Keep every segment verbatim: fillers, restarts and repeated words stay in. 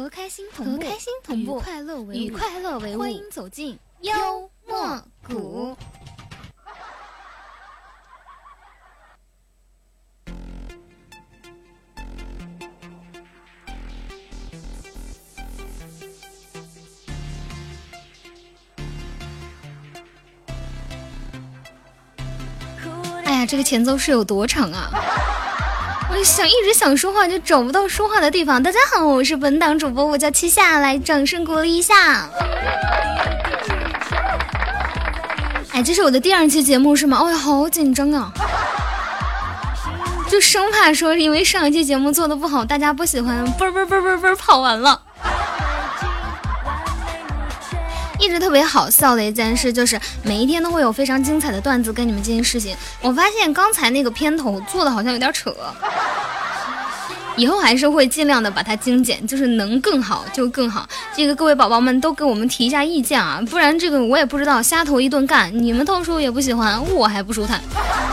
和开心同步，和开心同步， 与快乐为伍， 与快乐为伍， 欢迎走进幽默谷。哎呀，这个前奏是有多长啊！我想一直想说话，就找不到说话的地方。大家好，我是本档主播，我叫七夏，来掌声鼓励一下。哎，这是我的第二期节目是吗？哎呀，好紧张啊！就生怕说是因为上一期节目做的不好，大家不喜欢，啵啵啵啵啵跑完了。一直特别好笑的一件事就是每一天都会有非常精彩的段子跟你们进行实行。我发现刚才那个片头做的好像有点扯，以后还是会尽量的把它精简，就是能更好就更好。这个各位宝宝们都给我们提一下意见啊，不然这个我也不知道，瞎头一顿干，你们到时候也不喜欢，我还不舒坦。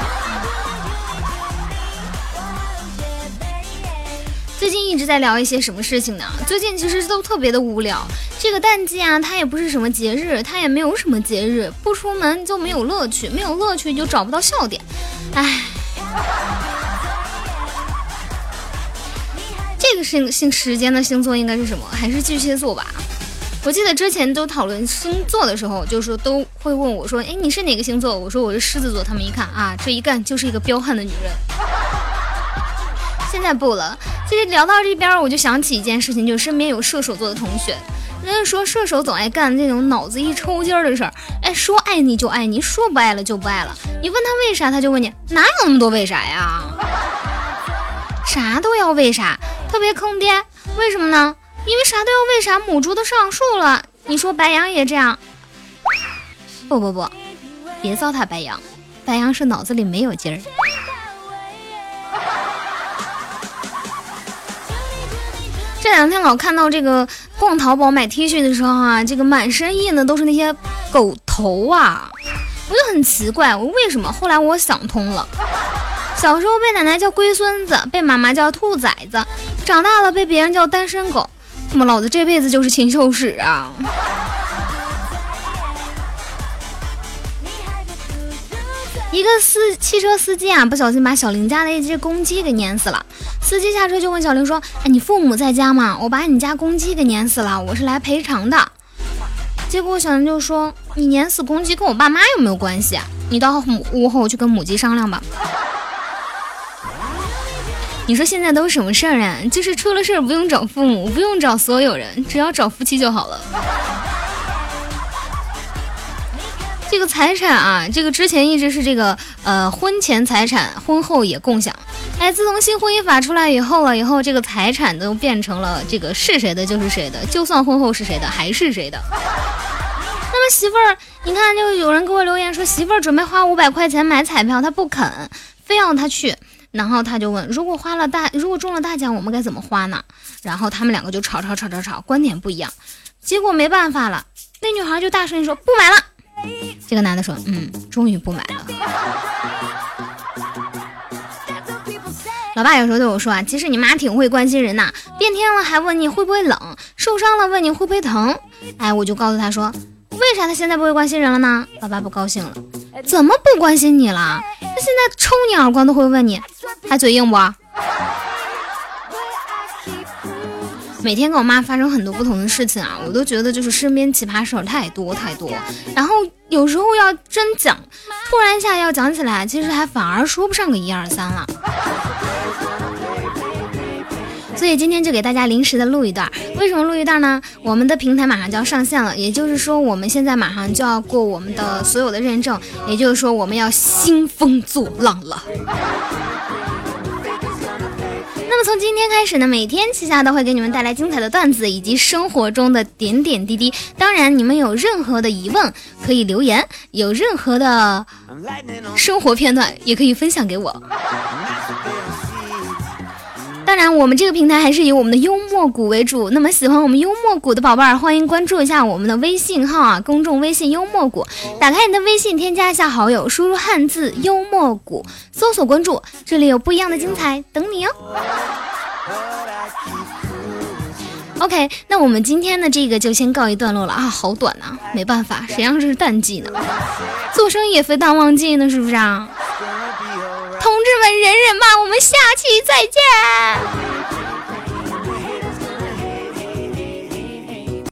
最近一直在聊一些什么事情呢？最近其实都特别的无聊。这个淡季啊，它也不是什么节日，它也没有什么节日，不出门就没有乐趣，没有乐趣就找不到笑点。唉，这个星星时间的星座应该是什么？还是巨蟹座吧？我记得之前都讨论星座的时候，就是都会问我说：“哎，你是哪个星座？”我说我是狮子座。他们一看啊，这一干就是一个彪悍的女人。现在不了。其实聊到这边，我就想起一件事情，就是身边有射手座的同学，人家说射手总爱干那种脑子一抽筋儿的事儿。哎，说爱你就爱你，说不爱了就不爱了。你问他为啥，他就问你哪有那么多为啥呀？啥都要为啥，特别坑爹。为什么呢？因为啥都要为啥，母猪都上树了。你说白羊也这样？不不不，别糟蹋白羊，白羊是脑子里没有筋儿。这两天老看到这个逛淘宝买 T 恤的时候啊，这个满身印的都是那些狗头啊，我就很奇怪，我为什么？后来我想通了，小时候被奶奶叫龟孙子，被妈妈叫兔崽子，长大了被别人叫单身狗，那么老子这辈子就是禽兽屎啊！一个司汽车司机啊，不小心把小林家的一只公鸡给碾死了。司机下车就问小林说：“哎，你父母在家吗？我把你家公鸡给碾死了，我是来赔偿的。”结果小林就说：“你碾死公鸡跟我爸妈有没有关系啊？你到屋后去跟母鸡商量吧。”你说现在都什么事儿啊？就是出了事儿不用找父母，不用找所有人，只要找夫妻就好了。这个财产啊，这个之前一直是这个呃婚前财产，婚后也共享。哎，自从新婚姻法出来以后了，以后这个财产都变成了这个是谁的就是谁的，就算婚后是谁的还是谁的。那么媳妇儿，你看就有人给我留言说，媳妇儿准备花五百块钱买彩票，他不肯，非要他去。然后他就问，如果花了大，如果中了大奖，我们该怎么花呢？然后他们两个就吵吵吵吵吵，观点不一样。结果没办法了，那女孩就大声说不买了。这个男的说，嗯，终于不买了。老爸有时候对我说啊，其实你妈挺会关心人呐，变天了还问你会不会冷，受伤了问你会不会疼。哎，我就告诉他说，为啥他现在不会关心人了呢？老爸不高兴了，怎么不关心你了？他现在抽你耳光都会问你，还嘴硬不？每天跟我妈发生很多不同的事情啊，我都觉得就是身边奇葩事儿太多太多，然后有时候要真讲，突然一下要讲起来，其实还反而说不上个一二三了。所以今天就给大家临时的录一段。为什么录一段呢？我们的平台马上就要上线了，也就是说我们现在马上就要过我们的所有的认证，也就是说我们要兴风作浪了。那么从今天开始呢，每天七夏都会给你们带来精彩的段子以及生活中的点点滴滴。当然你们有任何的疑问可以留言，有任何的生活片段也可以分享给我。当然我们这个平台还是以我们的幽默谷为主，那么喜欢我们幽默谷的宝贝儿，欢迎关注一下我们的微信号啊，公众微信幽默谷，打开你的微信，添加一下好友，输入汉字幽默谷，搜索关注，这里有不一样的精彩等你哦。 OK， 那我们今天的这个就先告一段落了啊，好短啊，没办法，谁让这是淡季呢？做生意也非淡旺季呢，是不是啊？同志们，忍忍吧，我们下期再见。